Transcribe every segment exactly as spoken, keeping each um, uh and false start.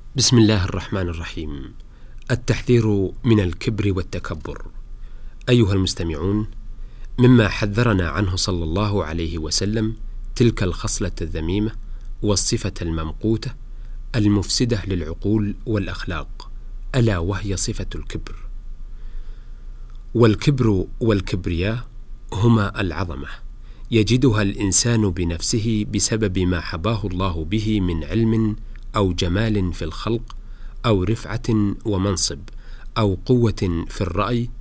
بسم الله الرحمن الرحيم. التحذير من الكبر والتكبر. أيها المستمعون، مما حذرنا عنه صلى الله عليه وسلم تلك الخصلة الذميمة والصفة الممقوتة المفسدة للعقول والأخلاق، ألا وهي صفة الكبر. والكبر والكبرياء هما العظمة يجدها الإنسان بنفسه بسبب ما حباه الله به من علم أو جمال في الخلق أو رفعة ومنصب أو قوة في الرأي.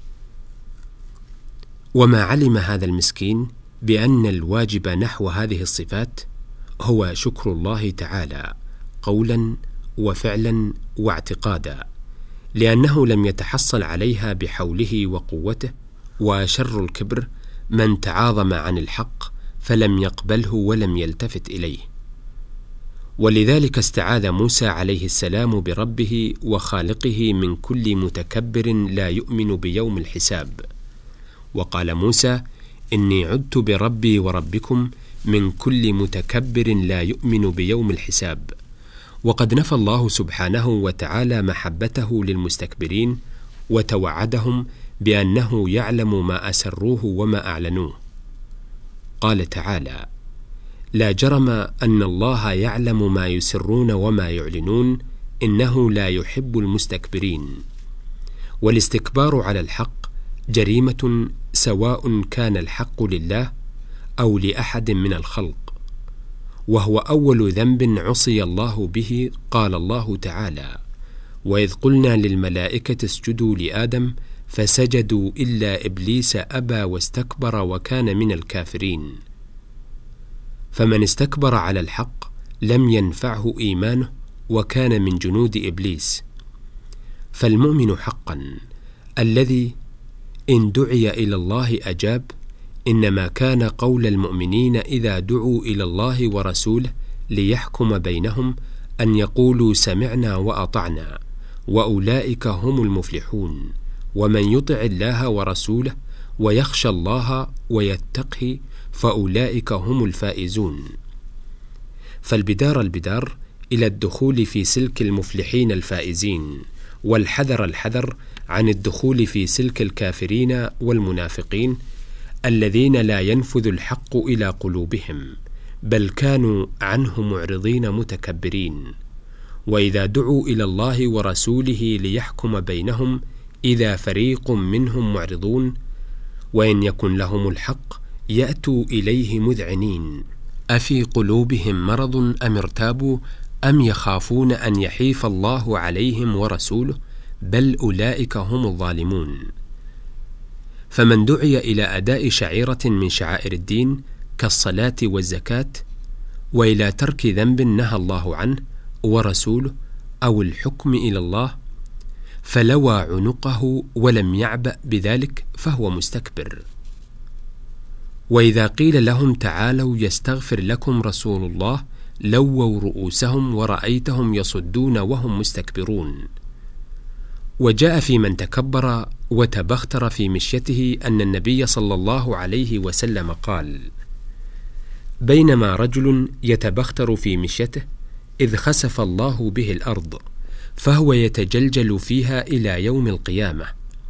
وما علم هذا المسكين بأن الواجب نحو هذه الصفات هو شكر الله تعالى قولا وفعلا واعتقادا، لأنه لم يتحصل عليها بحوله وقوته. وشر الكبر من تعاظم عن الحق فلم يقبله ولم يلتفت إليه. ولذلك استعاذ موسى عليه السلام بربه وخالقه من كل متكبر لا يؤمن بيوم الحساب. وقال موسى: إني عذت بربي وربكم من كل متكبر لا يؤمن بيوم الحساب. وقد نفى الله سبحانه وتعالى محبته للمستكبرين وتوعدهم بأنه يعلم ما أسروه وما أعلنوه. قال تعالى: لا جرم أن الله يعلم ما يسرون وما يعلنون إنه لا يحب المستكبرين. والاستكبار على الحق جريمة سواء كان الحق لله أو لأحد من الخلق، وهو أول ذنب عصي الله به. قال الله تعالى: وإذ قلنا للملائكة اسجدوا لآدم فسجدوا إلا إبليس أبى واستكبر وكان من الكافرين. فمن استكبر على الحق لم ينفعه إيمانه وكان من جنود إبليس. فالمؤمن حقا الذي إن دعي إلى الله أجاب، إنما كان قول المؤمنين إذا دعوا إلى الله ورسوله ليحكم بينهم أن يقولوا سمعنا وأطعنا وأولئك هم المفلحون. ومن يطع الله ورسوله ويخشى الله ويتقه فأولئك هم الفائزون. فالبدار البدار إلى الدخول في سلك المفلحين الفائزين، والحذر الحذر عن الدخول في سلك الكافرين والمنافقين الذين لا ينفذ الحق إلى قلوبهم، بل كانوا عنه معرضين متكبرين. وإذا دعوا إلى الله ورسوله ليحكم بينهم إذا فريق منهم معرضون، وإن يكن لهم الحق يأتوا إليه مذعنين. أفي قلوبهم مرض أم ارتابوا أم يخافون أن يحيف الله عليهم ورسوله بل أولئك هم الظالمون. فمن دعي إلى أداء شعيرة من شعائر الدين كالصلاة والزكاة، وإلى ترك ذنب نهى الله عنه ورسوله أو الحكم إلى الله، فلوى عنقه ولم يعبأ بذلك فهو مستكبر. وإذا قيل لهم تعالوا يستغفر لكم رسول الله لووا رؤوسهم ورأيتهم يصدون وهم مستكبرون. وجاء في من تكبر وتبختر في مشيته أن النبي صلى الله عليه وسلم قال: بينما رجل يتبختر في مشيته إذ خسف الله به الأرض فهو يتجلجل فيها إلى يوم القيامة.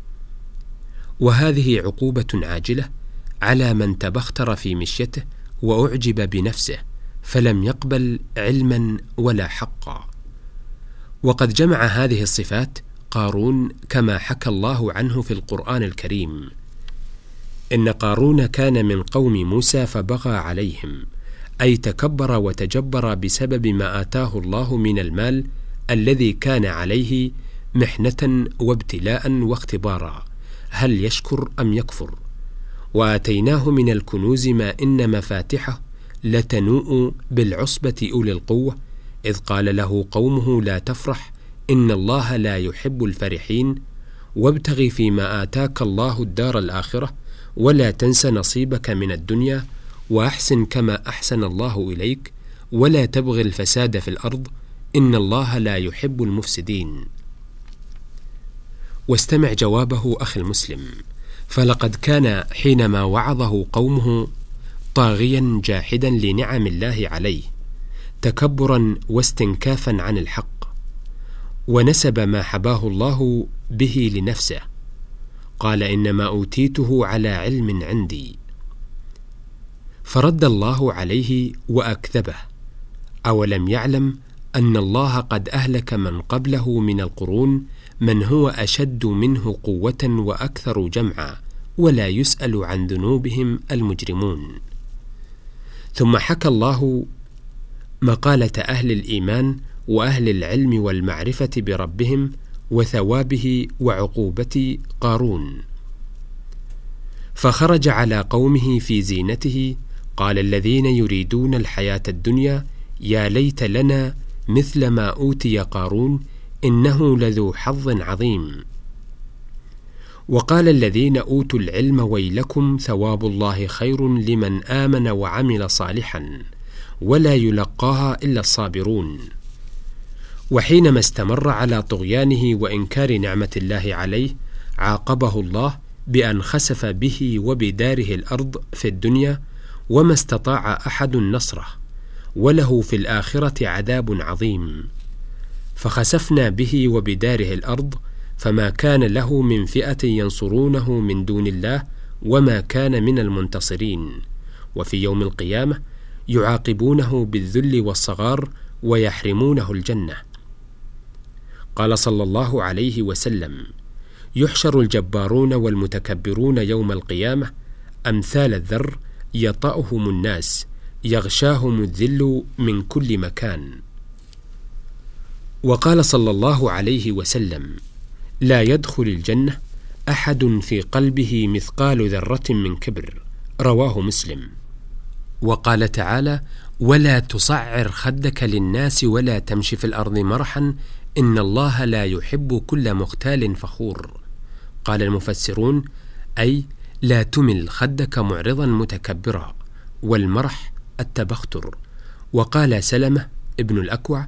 وهذه عقوبة عاجلة على من تبختر في مشيته وأعجب بنفسه فلم يقبل علما ولا حقا. وقد جمع هذه الصفات قارون كما حكى الله عنه في القرآن الكريم: إن قارون كان من قوم موسى فبغى عليهم، أي تكبر وتجبر بسبب ما آتاه الله من المال الذي كان عليه محنة وابتلاء واختبارا، هل يشكر أم يكفر. وآتيناه من الكنوز ما إن مفاتحه لتنوء بالعصبة أولي القوة، إذ قال له قومه لا تفرح إن الله لا يحب الفرحين، وابتغ فيما آتاك الله الدار الآخرة ولا تنس نصيبك من الدنيا وأحسن كما أحسن الله إليك ولا تبغ الفساد في الأرض إن الله لا يحب المفسدين. واستمع جوابه أخي المسلم، فلقد كان حينما وعظه قومه طاغيا جاحدا لنعم الله عليه، تكبرا واستنكافا عن الحق، ونسب ما حباه الله به لنفسه، قال إنما أوتيته على علم عندي، فرد الله عليه وأكذبه: أولم يعلم أن الله قد أهلك من قبله من القرون من هو أشد منه قوة وأكثر جمعا ولا يسأل عن ذنوبهم المجرمون. ثم حكى الله مقالة أهل الإيمان وأهل العلم والمعرفة بربهم وثوابه وعقوبة قارون، فخرج على قومه في زينته: قال الذين يريدون الحياة الدنيا يا ليت لنا مثل ما أوتي قارون إنه لذو حظ عظيم. وقال الذين أوتوا العلم ويلكم ثواب الله خير لمن آمن وعمل صالحا ولا يلقاها إلا الصابرون. وحينما استمر على طغيانه وإنكار نعمة الله عليه عاقبه الله بأن خسف به وبداره الأرض في الدنيا وما استطاع أحد نصره، وله في الآخرة عذاب عظيم. فخسفنا به وبداره الأرض فما كان له من فئة ينصرونه من دون الله وما كان من المنتصرين. وفي يوم القيامة يعاقبونه بالذل والصغار ويحرمونه الجنة. قال صلى الله عليه وسلم: يحشر الجبارون والمتكبرون يوم القيامة أمثال الذر يطأهم الناس يغشاهم الذل من كل مكان. وقال صلى الله عليه وسلم: لا يدخل الجنة أحد في قلبه مثقال ذرة من كبر. رواه مسلم. وقال تعالى: ولا تصعر خدك للناس ولا تمشي في الأرض مرحا إن الله لا يحب كل مختال فخور. قال المفسرون: أي لا تمل خدك معرضا متكبرا، والمرح التبختر. وقال سلمة ابن الأكوع: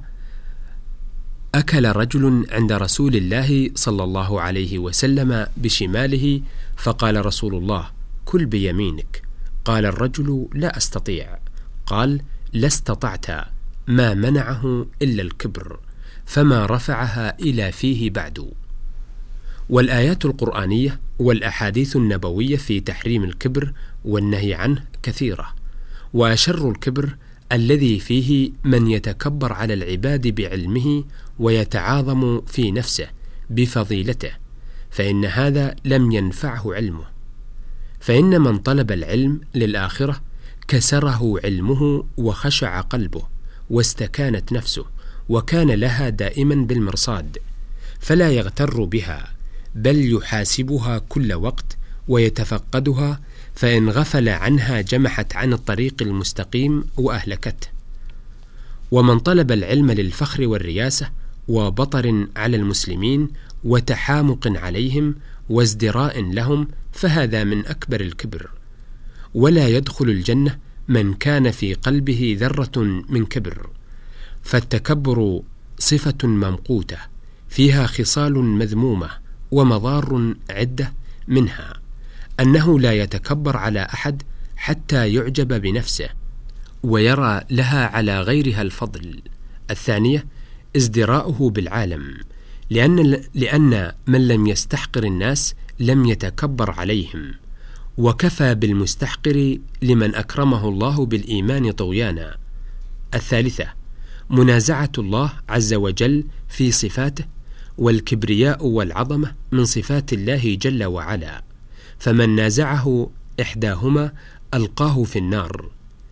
أكل رجل عند رسول الله صلى الله عليه وسلم بشماله، فقال رسول الله: كل بيمينك. قال الرجل: لا أستطيع. قال: لا استطعت، ما منعه إلا الكبر، فما رفعها إلى فيه بعد. والآيات القرآنية والأحاديث النبوية في تحريم الكبر والنهي عنه كثيرة. وأشر الكبر الذي فيه من يتكبر على العباد بعلمه ويتعاظم في نفسه بفضيلته، فإن هذا لم ينفعه علمه. فإن من طلب العلم للآخرة كسره علمه وخشع قلبه واستكانت نفسه وكان لها دائما بالمرصاد، فلا يغتر بها بل يحاسبها كل وقت ويتفقدها، فإن غفل عنها جمحت عن الطريق المستقيم وأهلكته. ومن طلب العلم للفخر والرياسة وبطر على المسلمين وتحامق عليهم وازدراء لهم فهذا من أكبر الكبر. ولا يدخل الجنة من كان في قلبه ذرة من كبر، فالتكبر صفة ممقوتة فيها خصال مذمومة ومضار عدة، منها أنه لا يتكبر على أحد حتى يعجب بنفسه ويرى لها على غيرها الفضل. الثانية ازدراؤه بالعالم، لأن, لأن من لم يستحقر الناس لم يتكبر عليهم، وكفى بالمستحقر لمن أكرمه الله بالإيمان طغيانا. الثالثة منازعة الله عز وجل في صفاته، والكبرياء والعظمة من صفات الله جل وعلا، فمن نازعه إحداهما ألقاه في النار،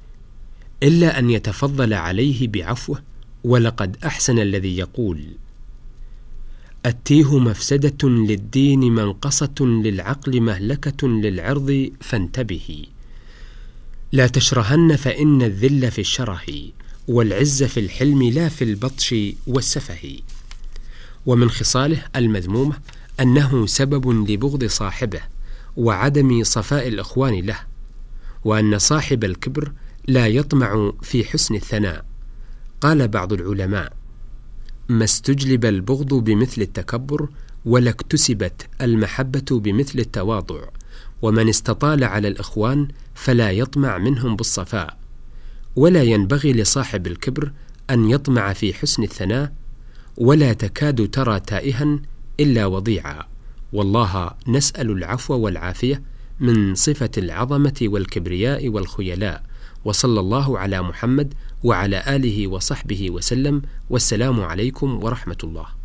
إلا أن يتفضل عليه بعفوه. ولقد أحسن الذي يقول: التيه مفسدة للدين منقصة للعقل مهلكة للعرض فانتبهي، لا تشرهن فإن الذل في الشره والعز في الحلم لا في البطش والسفه. ومن خصاله المذمومة أنه سبب لبغض صاحبه وعدم صفاء الإخوان له، وأن صاحب الكبر لا يطمع في حسن الثناء. قال بعض العلماء: ما استجلب البغض بمثل التكبر، ولا اكتسبت المحبة بمثل التواضع. ومن استطال على الإخوان فلا يطمع منهم بالصفاء، ولا ينبغي لصاحب الكبر أن يطمع في حسن الثناء، ولا تكاد ترى تائها إلا وضيعا، والله نسأل العفو والعافية من صفة العظمة والكبرياء والخيلاء. وصلى الله على محمد وعلى آله وصحبه وسلم، والسلام عليكم ورحمة الله.